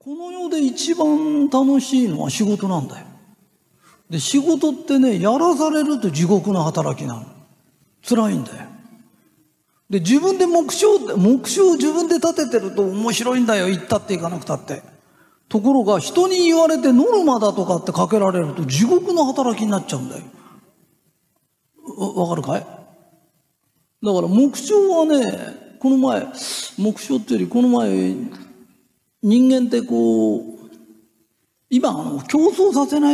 この世で一番楽しいのは仕事なんだよ。で、仕事ってね、やらされると地獄の働きなの。辛いんだよ。で、自分で目標を自分で立ててると面白いんだよ。行ったって行かなくたって。ところが人に言われてノルマだとかってかけられると地獄の働きになっちゃうんだよ。わかるかい？だから目標はね、この前、目標っていうよりこの前、人間ってこう、今競争させない、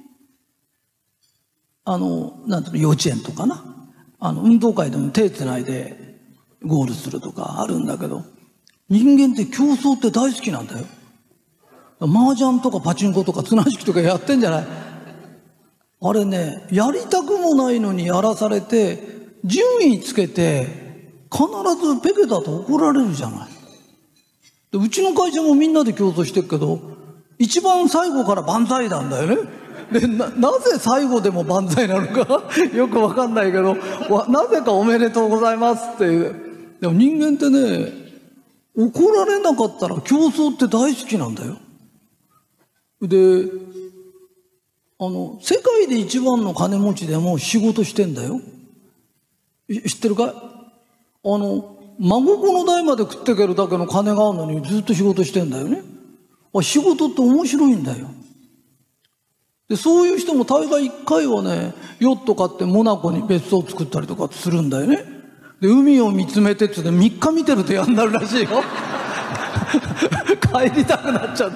なんていうの、幼稚園とかな。運動会でも手つないでゴールするとかあるんだけど、人間って競争って大好きなんだよ。麻雀とかパチンコとか綱引きとかやってんじゃない？あれね、やりたくもないのにやらされて、順位つけて、必ずペケだと怒られるじゃない。で、うちの会社もみんなで競争してるけど、一番最後から万歳なんだよね。で、なぜ最後でも万歳なのかよくわかんないけど、なぜかおめでとうございますっていう。でも人間ってね、怒られなかったら競争って大好きなんだよ。で、世界で一番の金持ちでも仕事してんだよ。知ってるかい？孫子の代まで食っていけるだけの金があるのにずっと仕事してんだよね。仕事って面白いんだよ。で、そういう人も大概一回はね、ヨット買ってモナコに別荘作ったりとかするんだよね。で、海を見つめてって3日見てると嫌になるらしいよ。帰りたくなっちゃう。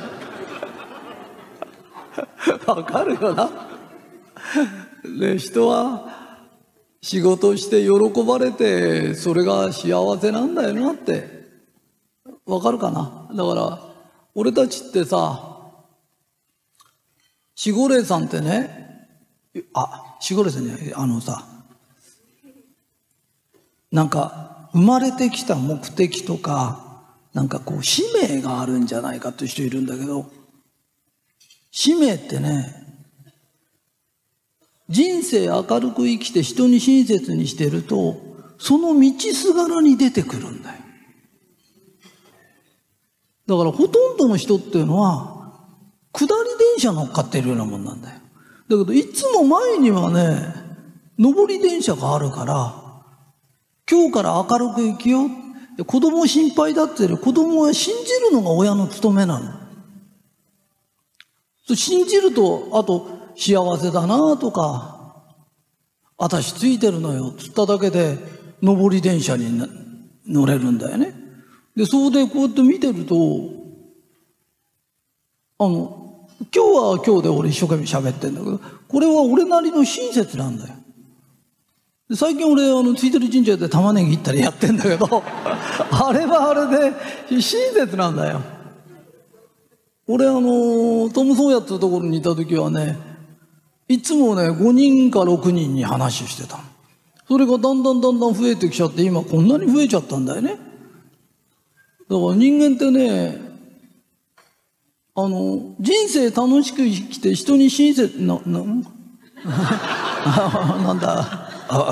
わかるよな。で、人は仕事して喜ばれてそれが幸せなんだよなってわかるかな。だから俺たちってさ、守護霊さんってね、守護霊さんじゃない、さ、なんか生まれてきた目的とか、なんかこう使命があるんじゃないかっていう人いるんだけど、使命ってね、人生明るく生きて人に親切にしてると、その道すがらに出てくるんだよ。だからほとんどの人っていうのは下り電車乗っかってるようなもんなんだよ。だけどいつも前にはね、上り電車があるから、今日から明るく生きよう。子供心配だって子供は信じるのが親の務めなの。信じると、あと幸せだなとか、私ついてるのよつっただけで上り電車に乗れるんだよね。で、それでこうやって見てると、今日は今日で俺一生懸命喋ってんだけど、これは俺なりの親切なんだよ。で、最近俺ついてる神社で玉ねぎ行ったりやってんだけどあれはあれで親切なんだよ。俺トム・ソーヤっていうところにいた時はね、いつもね5人か6人に話してたの。それがだんだん増えてきちゃって、今こんなに増えちゃったんだよね。だから人間ってね、人生楽しく生きて人に親切なんだ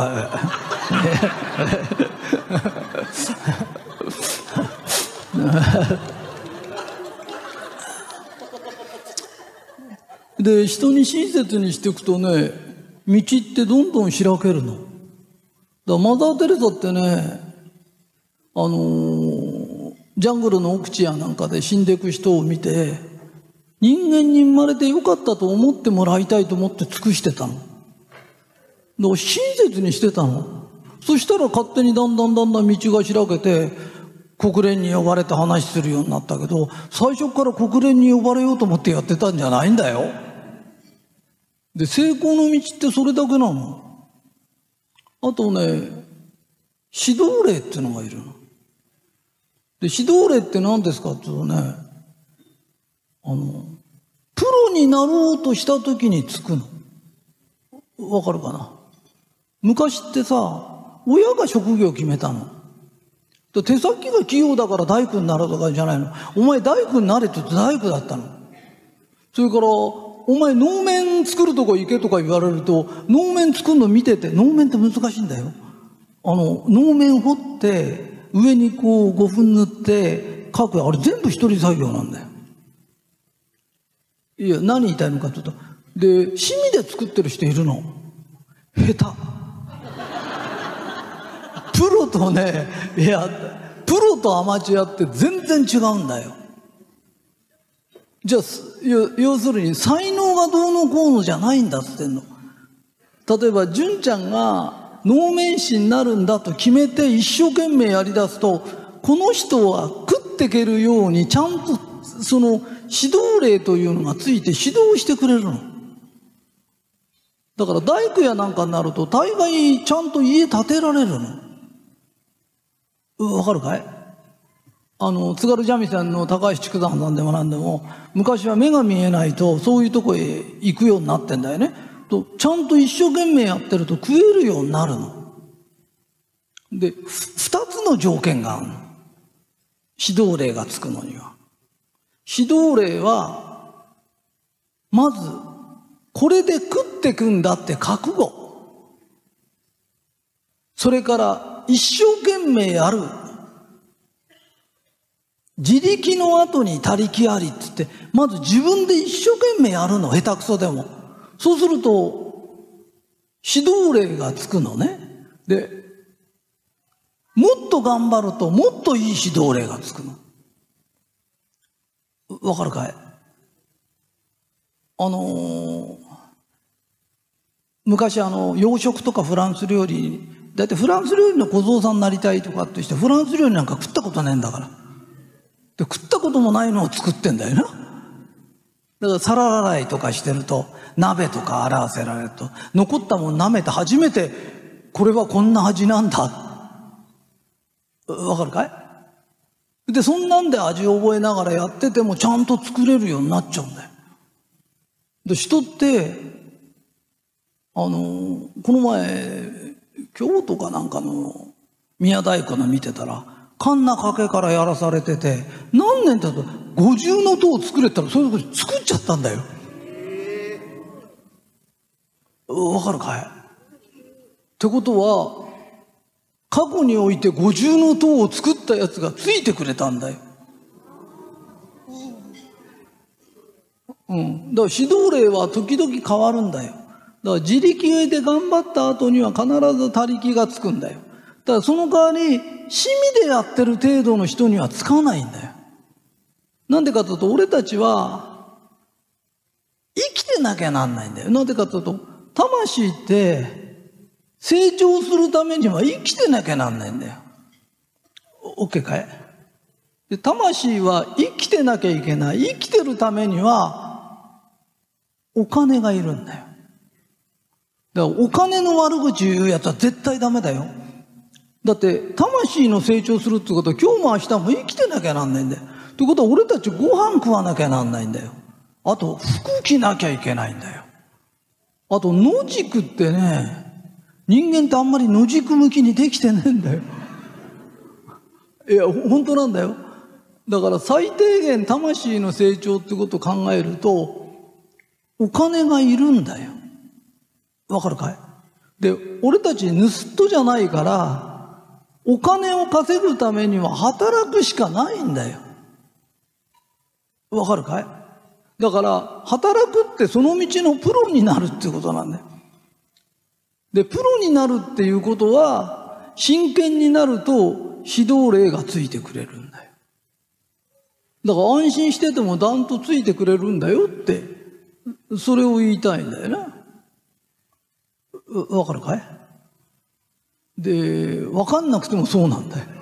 で、人に親切にしていくとね、道ってどんどん開けるの。だからマザー・テレサってね、ジャングルの奥地やなんかで死んでいく人を見て、人間に生まれてよかったと思ってもらいたいと思って尽くしてたの。だから親切にしてたの。そしたら勝手にだんだん道が開けて、国連に呼ばれて話するようになったけど、最初から国連に呼ばれようと思ってやってたんじゃないんだよ。で、成功の道ってそれだけなの。あとね、指導霊っていうのがいるの。で、指導霊って何ですかっていうとね、プロになろうとした時につくの。わかるかな？昔ってさ、親が職業決めたの。手先が器用だから大工になるとかじゃないの。お前大工になれって言って大工だったの。それから、お前能面作るとこ行けとか言われると、能面作るの見てて、能面って難しいんだよ。能面掘って上にこう5分塗って描く、あれ全部一人作業なんだよ。 いや、何言いたいのかというと、で、趣味で作ってる人いるの。下手。プロとね、いや、プロとアマチュアって全然違うんだよ。じゃあ、要するに才能がどうのこうのじゃないんだって言ってんの。例えば、純ちゃんが能面師になるんだと決めて一生懸命やり出すと、この人は食っていけるようにちゃんとその指導例というのがついて指導してくれるの。だから大工やなんかになると大概ちゃんと家建てられるの。わかるかい？津軽三味線の高橋竹山さんでもなんでも、昔は目が見えないとそういうとこへ行くようになってんだよね。とちゃんと一生懸命やってると食えるようになるの。で、二つの条件があるの。指導例がつくのには。指導例は、まず、これで食ってくんだって覚悟。それから、一生懸命やる。自力の後に他力ありって言って、まず自分で一生懸命やるの、下手くそでも。そうすると、指導例がつくのね。で、もっと頑張るともっといい指導例がつくの。わかるかい？昔洋食とかフランス料理、だいたいフランス料理の小僧さんになりたいとかってして、フランス料理なんか食ったことねえんだから。で、食ったこともないのを作ってんだよな。だから皿洗いとかしてると、鍋とか洗わせられると、残ったもん舐めて初めて、これはこんな味なんだ。わかるかい？で、そんなんで味を覚えながらやっててもちゃんと作れるようになっちゃうんだよ。で、人って、この前、京都かなんかの宮大工の見てたら、カンナ掛けからやらされてて、何年経つと50の塔を作れたら、それこそ作っちゃったんだよ。わかるかい？ってことは、過去において50の塔を作ったやつがついてくれたんだよ。だから指導例は時々変わるんだよ。だから自力で頑張った後には必ず他力がつくんだよ。だからその代わり趣味でやってる程度の人にはつかないんだよ。なんでかというと、俺たちは生きてなきゃなんないんだよ。なんでかというと、魂って成長するためには生きてなきゃなんないんだよ。OK かい？で、魂は生きてなきゃいけない。生きてるためにはお金がいるんだよ。だからお金の悪口言うやつは絶対ダメだよ。だって魂の成長するってことは今日も明日も生きてなきゃなんないんだよ。ということは俺たちご飯食わなきゃなんないんだよ。あと服着なきゃいけないんだよ。あと野宿ってね、人間ってあんまり野宿向きにできてねえんだよ。いや本当なんだよ。だから最低限魂の成長ってことを考えるとお金がいるんだよ。わかるかい？で、俺たち盗人じゃないからお金を稼ぐためには働くしかないんだよ。わかるかい？だから働くってその道のプロになるっていうことなんだよ。で、プロになるっていうことは真剣になると指導例がついてくれるんだよ。だから安心しててもだんとついてくれるんだよって、それを言いたいんだよな。わかるかい？で、わかんなくてもそうなんだよ。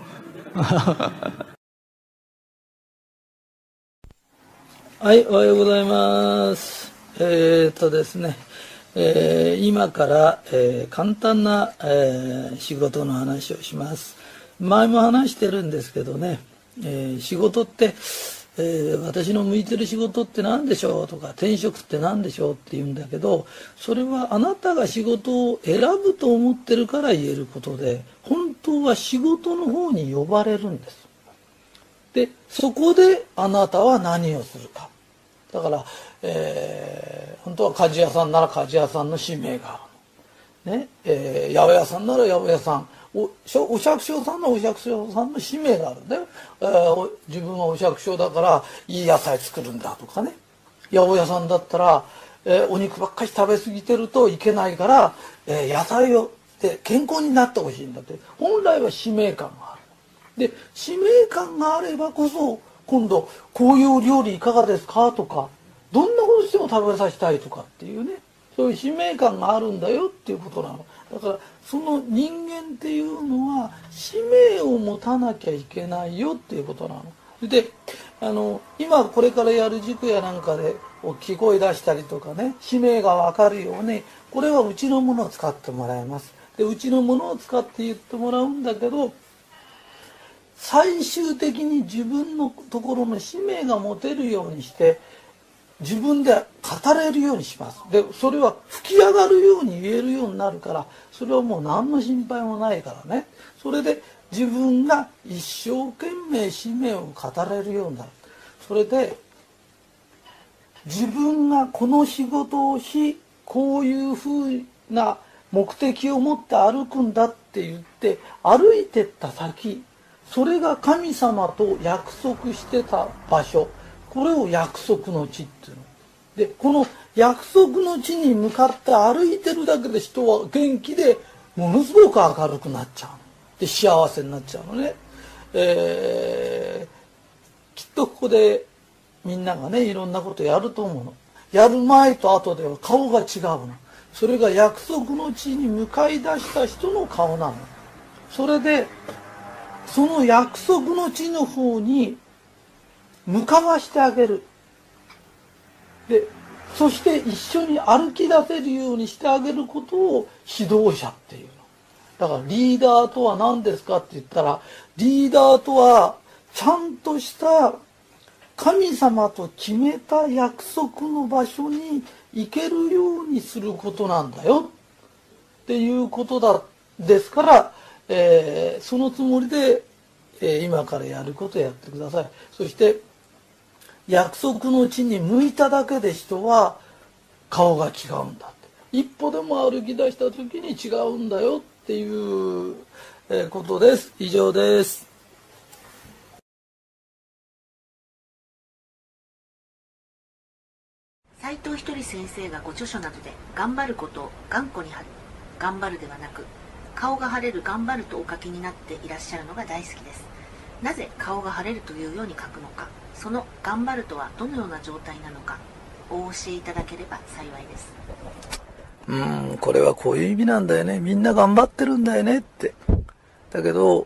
はい、おはようございます。ですね、今から、簡単な、仕事の話をします。前も話してるんですけどね、仕事って、私の向いてる仕事って何でしょうとか、転職って何でしょうって言うんだけど、それはあなたが仕事を選ぶと思ってるから言えることで、本当は仕事の方に呼ばれるんです。で、そこであなたは何をするか。だから、本当は鍛冶屋さんなら鍛冶屋さんの使命がある。ね、八百屋さんなら八百屋さん。お百姓さんのお百姓さんの使命があるんだよ。自分はお百姓だからいい野菜作るんだとかね。 八百屋さんだったら、お肉ばっかり食べ過ぎてるといけないから、野菜をで健康になってほしいんだって。本来は使命感がある。で使命感があればこそ今度こういう料理いかがですかとか、どんなことしても食べさせたいとかっていうね、そういう使命感があるんだよっていうことなの。だからその人間っていうのは使命を持たなきゃいけないよっていうことなの。で今これからやる塾やなんかで大きい声出したりとかね、使命が分かるように、これはうちのものを使ってもらいます。でうちのものを使って言ってもらうんだけど、最終的に自分のところの使命が持てるようにして自分で語れるようにします。でそれは吹き上がるように言えるようになるから、それはもう何の心配もないからね。それで自分が一生懸命使命を語れるようになる。それで自分がこの仕事をし、こういうふうな目的を持って歩くんだって言って歩いてった先、それが神様と約束してた場所、これを約束の地っていうので、この約束の地に向かって歩いてるだけで人は元気でものすごく明るくなっちゃうで、幸せになっちゃうのね。きっとここでみんながねいろんなことやると思うの。やる前と後では顔が違うの。それが約束の地に向かい出した人の顔なの。それでその約束の地の方に向かわしてあげる。でそして一緒に歩き出せるようにしてあげることを指導者っていうの。だからリーダーとは何ですかって言ったら、リーダーとはちゃんとした神様と決めた約束の場所に行けるようにすることなんだよっていうことですから、そのつもりで、今からやることをやってください。そして約束の地に向いただけで人は顔が違うんだって。一歩でも歩き出した時に違うんだよっていうことです。以上です。 斉藤ひとり先生がご著書などで頑張ることを頑固に貼る、頑張るではなく顔が晴れる頑張るとお書きになっていらっしゃるのが大好きです。なぜ顔が晴れるというように書くのか、その頑張るとはどのような状態なのかお教えいただければ幸いです。 これはこういう意味なんだよね。みんな頑張ってるんだよねって。だけど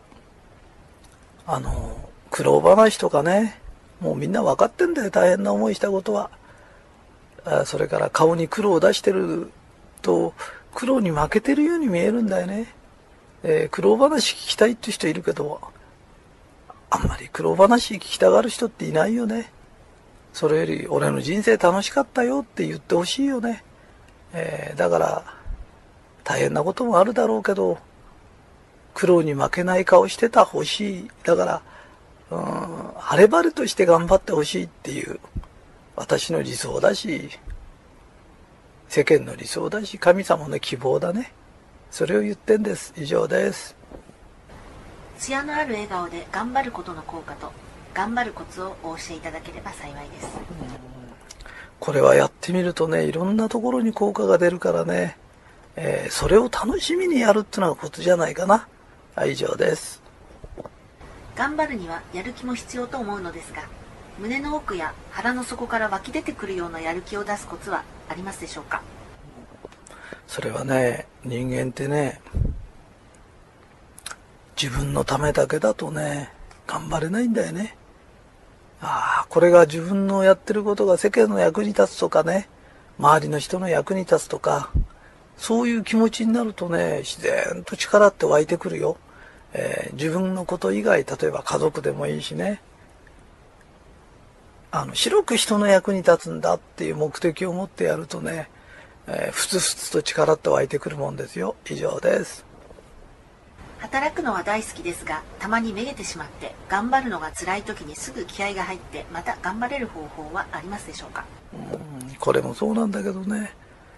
苦労話とかね、もうみんな分かってんだよ、大変な思いしたことは。それから顔に苦労を出してると苦労に負けてるように見えるんだよね。苦労話聞きたいって人いるけど、あんまり苦労話聞きたがる人っていないよね。それより俺の人生楽しかったよって言ってほしいよね。だから大変なこともあるだろうけど苦労に負けない顔してたほしい。だから晴れ晴れとして頑張ってほしいっていう私の理想だし、世間の理想だし、神様の希望だね。それを言ってんです。以上です。 艶のある笑顔で頑張ることの効果と頑張るコツをお教えいただければ幸いです。 これはやってみるとね、いろんなところに効果が出るからね、それを楽しみにやるってのがコツじゃないかな。以上です。 頑張るにはやる気も必要と思うのですが、胸の奥や腹の底から湧き出てくるようなやる気を出すコツはありますでしょうか。 それはね、人間ってね、自分のためだけだとね頑張れないんだよね。これが自分のやってることが世間の役に立つとかね、周りの人の役に立つとか、そういう気持ちになるとね、自然と力って湧いてくるよ。自分のこと以外、例えば家族でもいいしね、白く人の役に立つんだっていう目的を持ってやるとね、ふつふつと力って湧いてくるもんですよ。以上です。 働くのは大好きですが、たまにめげてしまって頑張るのが辛い時にすぐ気合が入ってまた頑張れる方法はありますでしょうか。 これもそうなんだけどね、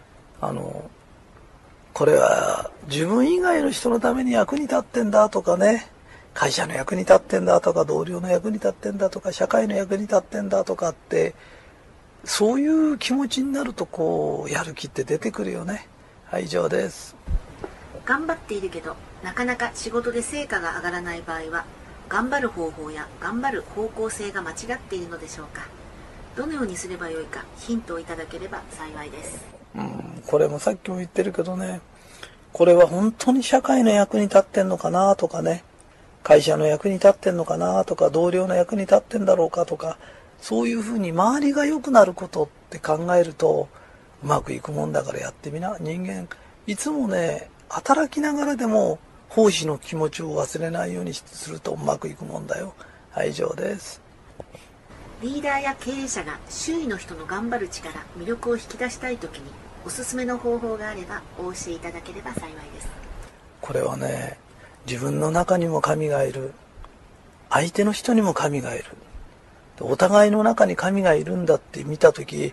これは自分以外の人のために役に立ってんだとかね、会社の役に立ってんだとか、同僚の役に立ってんだとか、社会の役に立ってんだとかってそういう気持ちになるとこうやる気って出てくるよね。はい、以上です。 頑張っているけどなかなか仕事で成果が上がらない場合は、頑張る方法や頑張る方向性が間違っているのでしょうか。どのようにすればよいかヒントをいただければ幸いです。 これもさっきも言ってるけどね、これは本当に社会の役に立ってんのかなとかね、会社の役に立ってんのかなとか、同僚の役に立ってんだろうかとか、そういうふうに周りが良くなることって考えるとうまくいくもんだからやってみな。人間いつもね、働きながらでも奉仕の気持ちを忘れないようにするとうまくいくもんだよ。はい、以上です。 リーダーや経営者が周囲の人の頑張る力、魅力を引き出したいときにおすすめの方法があればお教えいただければ幸いです。 これはね、自分の中にも神がいる、相手の人にも神がいる、お互いの中に神がいるんだって見たとき、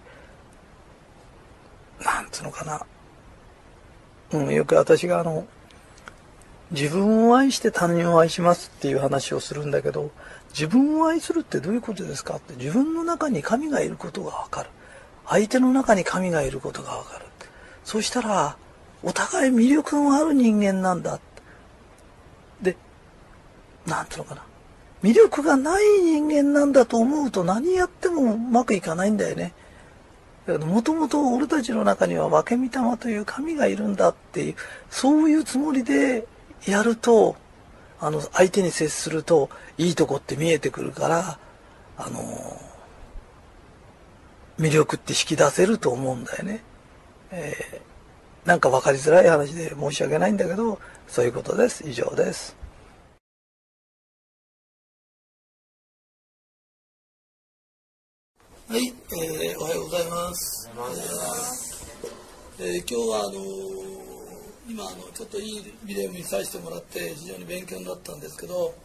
なんつうのかな、よく私が自分を愛して他人を愛しますっていう話をするんだけど、自分を愛するってどういうことですかって、自分の中に神がいることがわかる、相手の中に神がいることがわかる、そうしたらお互い魅力のある人間なんだ。で、なんていうのかな、魅力がない人間なんだと思うと何やってもうまくいかないんだよね。もともと俺たちの中には分け御霊という神がいるんだっていう、そういうつもりでやると、相手に接するといいとこって見えてくるから、魅力って引き出せると思うんだよね。なんか分かりづらい話で申し訳ないんだけど、そういうことです。以上です。はい、おはようございます。今日は今ちょっといいビデオ見させてもらって非常に勉強になったんですけど、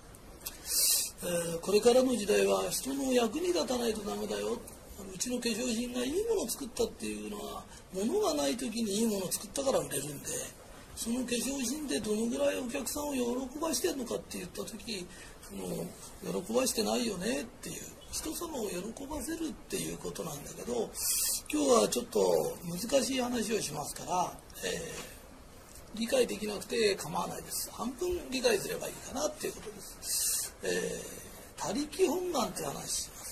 これからの時代は人の役に立たないとダメだよ。うちの化粧品がいいものを作ったっていうのは、物がない時にいいものを作ったから売れるんで、その化粧品でどのぐらいお客さんを喜ばしてるのかって言った時、喜ばしてないよねっていう、人様を喜ばせるっていうことなんだけど、今日はちょっと難しい話をしますから、理解できなくて構わないです。半分理解すればいいかなっていうことです。他力本願って話します。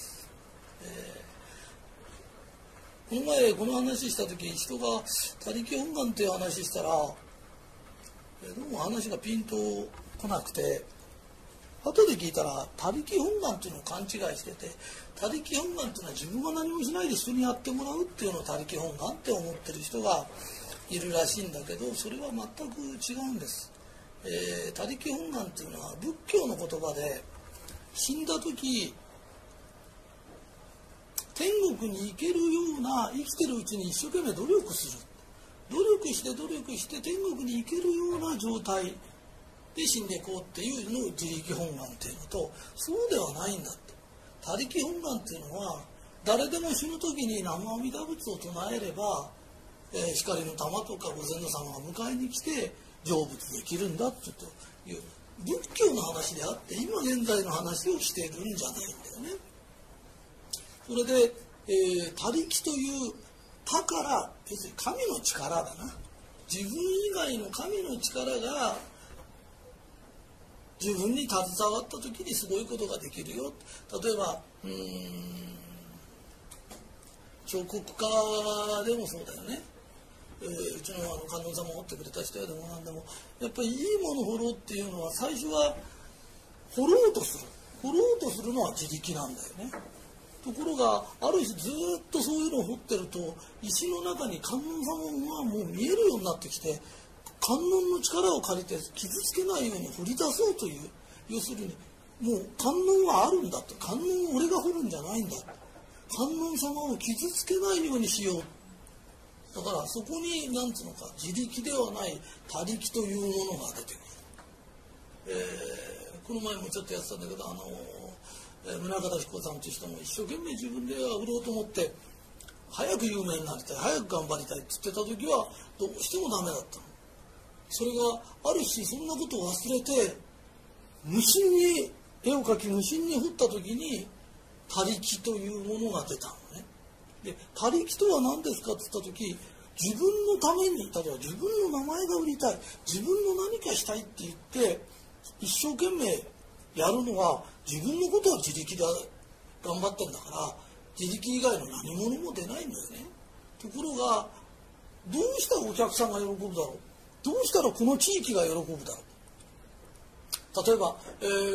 この前この話した時、人が他力本願っていう話したら、どうも話がピンとこなくて、後で聞いたら他力本願っていうのを勘違いしてて、他力本願っていうのは自分が何もしないで人にやってもらうっていうのを他力本願って思ってる人がいるらしいんだけど、それは全く違うんです。他力本願っていうのは仏教の言葉で、死んだ時天国に行けるような、生きてるうちに一生懸命努力する、努力して天国に行けるような状態で死んでいこうっていうのを自力本願っていうのと、そうではないんだって。他力本願っていうのは、誰でも死ぬ時に南無阿弥陀仏を唱えれば、光の玉とかご先祖様が迎えに来て成仏できるんだっていう仏教の話であって、今現在の話をしているんじゃないんだよね。それで、他力という他から、要するに神の力だな、自分以外の神の力が自分に携わった時にすごいことができるよ。例えば彫刻家でもそうだよね。うちの観音様を彫ってくれた人やでも何でも、やっぱりいいものを彫ろうっていうのは、最初は彫ろうとするのは自力なんだよね。ところがある日ずっとそういうのを彫ってると、石の中に観音様がもう見えるようになってきて、観音の力を借りて傷つけないように掘り出そうという、要するにもう観音はあるんだと、観音を俺が掘るんじゃないんだ、観音様を傷つけないようにしよう。だからそこに何つうのか、自力ではない他力というものが出てくる。この前もちょっとやってたんだけど、宗像彦さんという人も一生懸命自分で売ろうと思って早く有名になりたい、早く頑張りたいって言ってた時はどうしてもダメだったの。それがある日そんなことを忘れて、無心に絵を描き無心に彫った時に他力というものが出たのね。 で、他力とは何ですかって言った時、自分のために、例えば自分の名前が売りたい、自分の何かしたいって言って一生懸命やるのは、自分のことは自力で頑張ってんだから、自力以外の何者も出ないんだよね。ところが、どうしたらお客さんが喜ぶだろう、どうしたらこの地域が喜ぶだろう。例えば、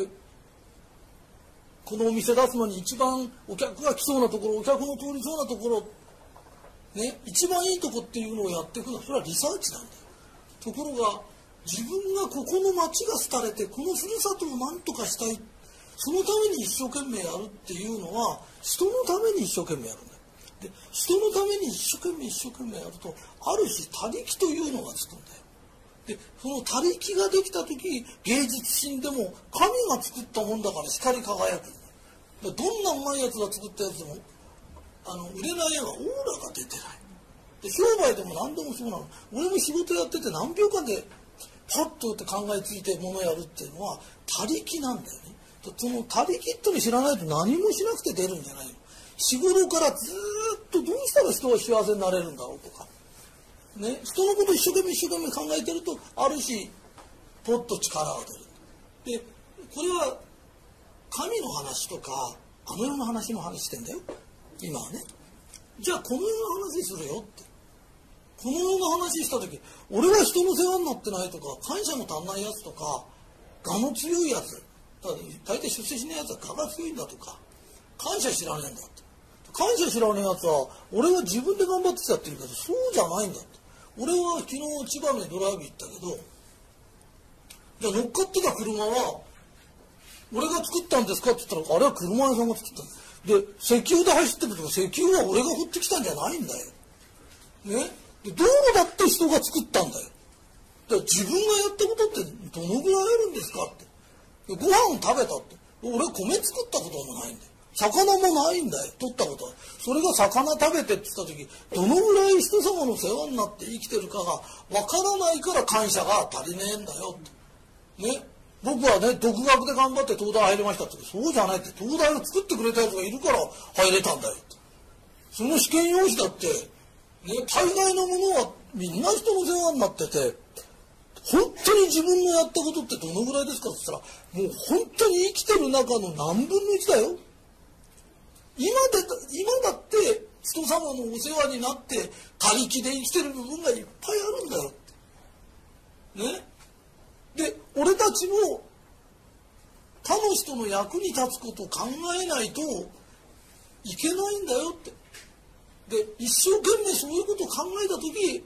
このお店出すのに一番お客が来そうなところ、お客の通りそうなところ、ね、一番いいとこっていうのをやっていくのは、それはリサーチなんだよ。ところが、自分がここの町が廃れて、このふるさとを何とかしたい、そのために一生懸命やるっていうのは、人のために一生懸命やるんだよ。で、人のために一生懸命やると、ある種他力というのがつくんだよ。で、その他力ができた時、芸術品でも神が作ったもんだから光り輝くんだよ。どんなうまいやつが作ったやつでも売れない絵はオーラが出てない。で、商売でも何でもそうなの。俺も仕事やってて何秒間でパッとって考えついてものやるっていうのは他力なんだよね。その他力っての知らないと何もしなくて出るんじゃないの。日頃からずっとどうしたら人は幸せになれるんだろうとか、ね、人のことを一生懸命考えてると、ある種ポッと力が出る。で、これは神の話とかあの世の話の話してんだよ今はね。じゃあこの世の話するよって、この世の話した時、俺は人の世話になってないとか、感謝の足んないやつとか、我の強いやつ、大体出世しないやつは我が強いんだとか、感謝知らねえんだって、感謝知らねえやつは俺は自分で頑張ってきたって言うけど、そうじゃないんだって。俺は昨日千葉にドライブ行ったけど、じゃあ乗っかってた車は俺が作ったんですかって言ったら、あれは車屋さんが作ったんです。で、石油で走ってるとか、石油は俺が掘ってきたんじゃないんだよ。ね。で、道路だって人が作ったんだよ。だから自分がやったことってどのぐらいあるんですかって。で、ご飯を食べたって。俺米作ったこともないんだよ。魚もないんだよ。取ったことは。それが魚食べてって言った時、どのぐらい人様の世話になって生きてるかがわからないから感謝が足りねえんだよって。ね。僕はね、独学で頑張って東大入りましたって。そうじゃないって。東大を作ってくれたやつがいるから入れたんだよって。その試験用紙だって、ね、大概のものはみんな人の世話になってて、本当に自分のやったことってどのぐらいですかって言ったら、もう本当に生きてる中の何分の1だよ。今だって人様のお世話になって他力で生きてる部分がいっぱいあるんだよって。ね。で、俺たちも他の人の役に立つことを考えないといけないんだよって。で、一生懸命そういうことを考えたとき、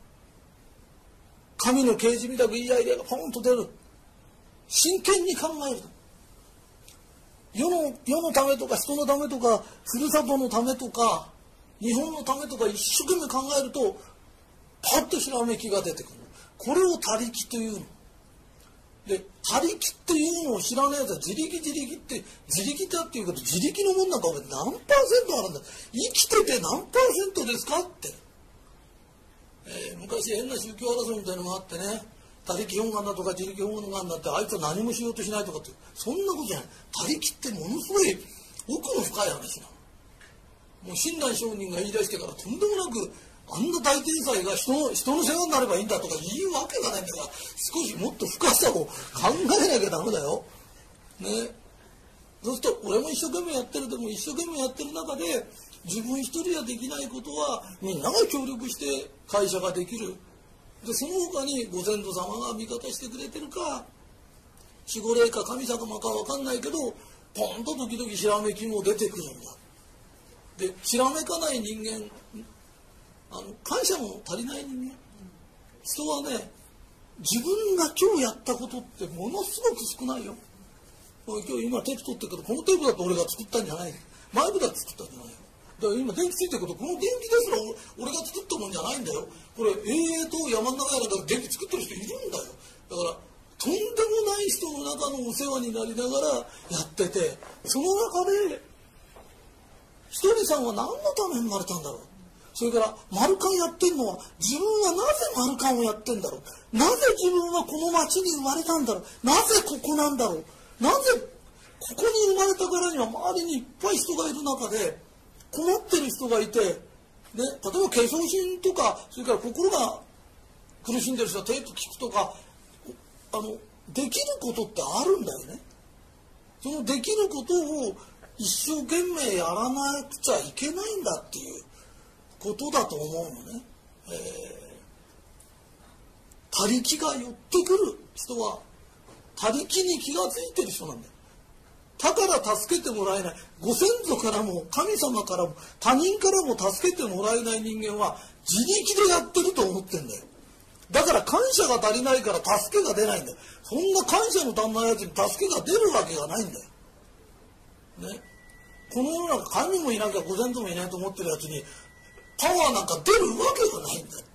神の啓示みたくいいアイデアがポンと出る。真剣に考えると。世のためとか人のためとか、ふるさとのためとか、日本のためとか一生懸命考えると、パッとひらめきが出てくる。これを他力というの。で、他力っていうのを知らないやつは自力ってだっていうけど、自力のもんなんか何パーセントあるんだ。生きてて何パーセントですかって。昔変な宗教争いみたいなのがあってね、他力本願だとか自力本願だって、あいつは何もしようとしないとかって、そんなことじゃない。他力ってものすごい奥の深い話なの。もう親鸞上人が言い出してからとんでもなく、あんな大天才が人の世話になればいいんだとか言うわけがないんだから、少しもっと深さを考えなきゃダメだよ。ね。そうすると俺も一生懸命やってるでも一生懸命やってる中で、自分一人はできないことはみんなが協力して会社ができる。で、その他にご先祖様が味方してくれてるか、守護霊か神様か分かんないけど、ポンと時々ひらめきも出てくるんだ。で、ひらめかない人間、感謝も足りない人間。人はね、自分が今日やったことってものすごく少ないよ。今テープ取ってるけど、このテープだと俺が作ったんじゃない。マイクだって作ったんじゃないよ。だから今電気ついてるけど、この電気ですら俺が作ったもんじゃないんだよ。これと山の中やら電気作ってる人いるんだよ。だからとんでもない人の中のお世話になりながらやってて、その中でひとりさんは何のために生まれたんだろう。それから丸カンやってんのは自分はなぜ丸カンをやってんだろう。なぜ自分はこの町に生まれたんだろう。なぜここなんだろう。なぜここに生まれたからには周りにいっぱい人がいる中で困ってるる人がいて、ね、例えば化粧品とか、それから心が苦しんでる人は手と聞くとか、できることってあるんだよね。そのできることを一生懸命やらなくちゃいけないんだっていうことだと思うのね。他力が寄ってくる人は他力に気がついてる人なんだよ。だから助けてもらえない、ご先祖からも神様からも他人からも助けてもらえない人間は自力でやってると思ってんだよ。だから感謝が足りないから助けが出ないんだよ。そんな感謝の足んないやつに助けが出るわけがないんだよ。ね、この世の中神もいなきゃご先祖もいないと思ってるやつにパワーなんか出るわけがないんだ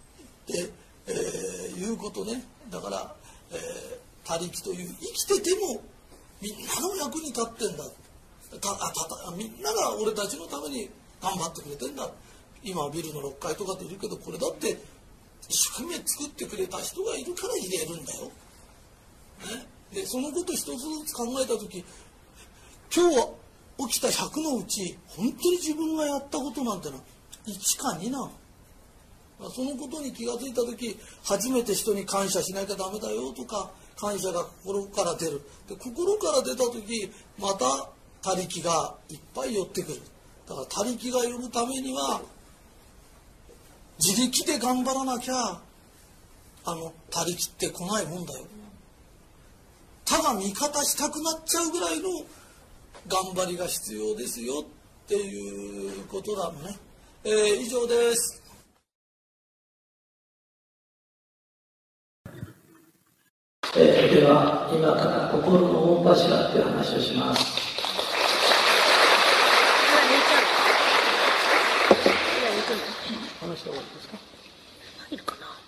って、いうことね。だから、他力という生きててもみんなの役に立ってんだ。みんなが俺たちのために頑張ってくれてんだ。今はビルの6階とかでいるけど、これだって一生懸命作ってくれた人がいるから入れるんだよ。ね、でそのこと一つずつ考えた時、今日起きた100のうち本当に自分がやったことなんてのは1か2なの。そのことに気がついた時、初めて人に感謝しなきゃダメだよとか、感謝が心から出る。で心から出た時、また他力がいっぱい寄ってくる。だから他力が寄るためには自力で頑張らなきゃ他力って来ないもんだよ。他が味方したくなっちゃうぐらいの頑張りが必要ですよっていうことなのね。以上です。では今から心の御柱っていう話をします。話した方がいいですか？入るかな。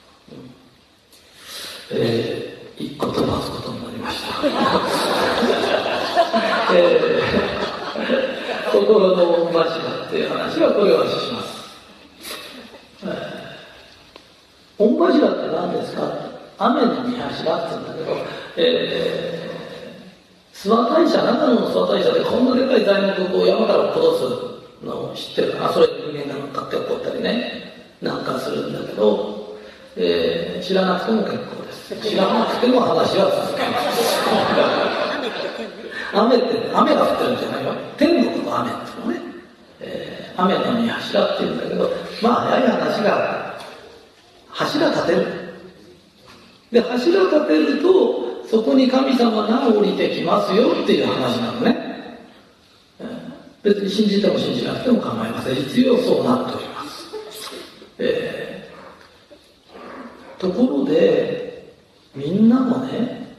一個飛ばすことになりました。心の御柱っていう話はこれをします。御柱って何ですか？雨の御柱って言うんだけど、諏訪大社、長野の諏訪大社でこんなでかい材木をこう山から落っことすのを知ってるかな。それに人間が乗っかって起こったりね、なんかするんだけど、知らなくても結構です。知らなくても話は続きます。雨が降ってるんじゃないよ。天国の雨っていうのね、雨の御柱っていうんだけど、まあ早い話が柱立てる。で柱立てるとそこに神様が降りてきますよっていう話なのね。別に信じても信じなくても構いません。必要そうなっております。ところでみんなもね、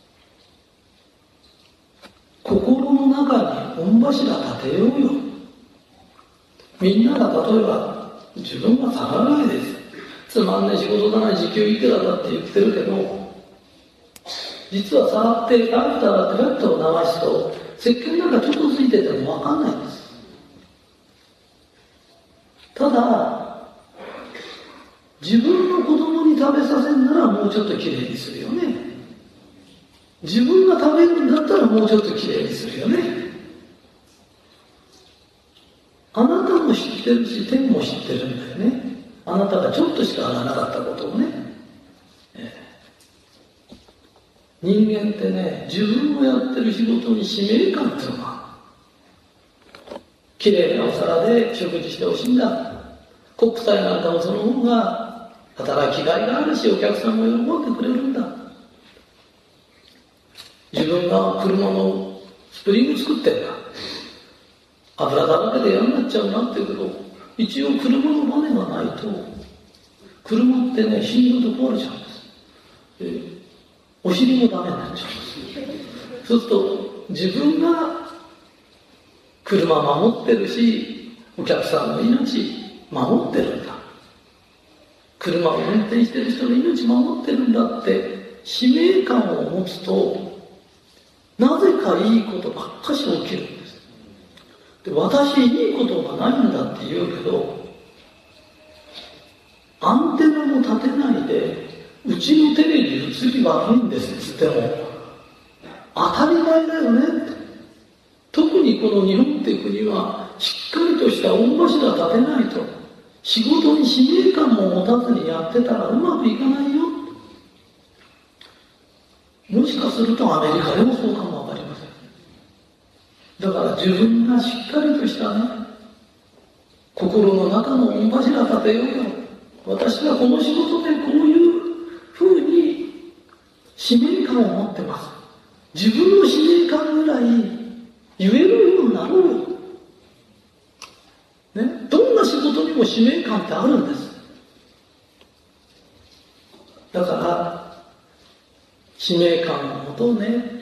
心の中に御柱立てようよ。みんなが例えば自分は下がらないです、つまんない仕事だな、時給いくらだって言ってるけど、実は触ってラフターってラフターを流すと石鹸なんかちょっとついてても分かんないんです。ただ自分の子供に食べさせるならもうちょっときれいにするよね。自分が食べるんだったらもうちょっときれいにするよね。あなたも知ってるし天も知ってるんだよね。あなたがちょっとしかやらなかったことをね。人間ってね、自分のやってる仕事に使命感っていうのが、きれいなお皿で食事してほしいんだ。コックさえなんかもその方が働きがいがあるし、お客さんも喜んでくれるんだ。自分が車のスプリング作ってんだ。油だらけで嫌になっちゃうなって言うけど、一応車のバネがないと車ってね、死ぬと壊れちゃうんです。お尻もダメになっちゃうんです。そうすると自分が車守ってるし、お客さんの命守ってるんだ。車を運転してる人の命守ってるんだって使命感を持つと、なぜかいいことばっかし起きるんです。で、私いいことがないんだって言うけど、アンテナも立てないでうちのテレビ映り悪いんですって言っても当たり前だよねって。特にこの日本って国はしっかりとした御柱立てないと、仕事に使命感も持たずにやってたらうまくいかないよ。もしかするとアメリカでもそうかもわかりません。だから自分がしっかりとしたね、心の中の御柱立てようよ。私はこの仕事でこういうふうに使命感を持ってます。自分の使命感ぐらい言えるようになろうよ。ね、どんな仕事にも使命感ってあるんです。だから使命感のもとね、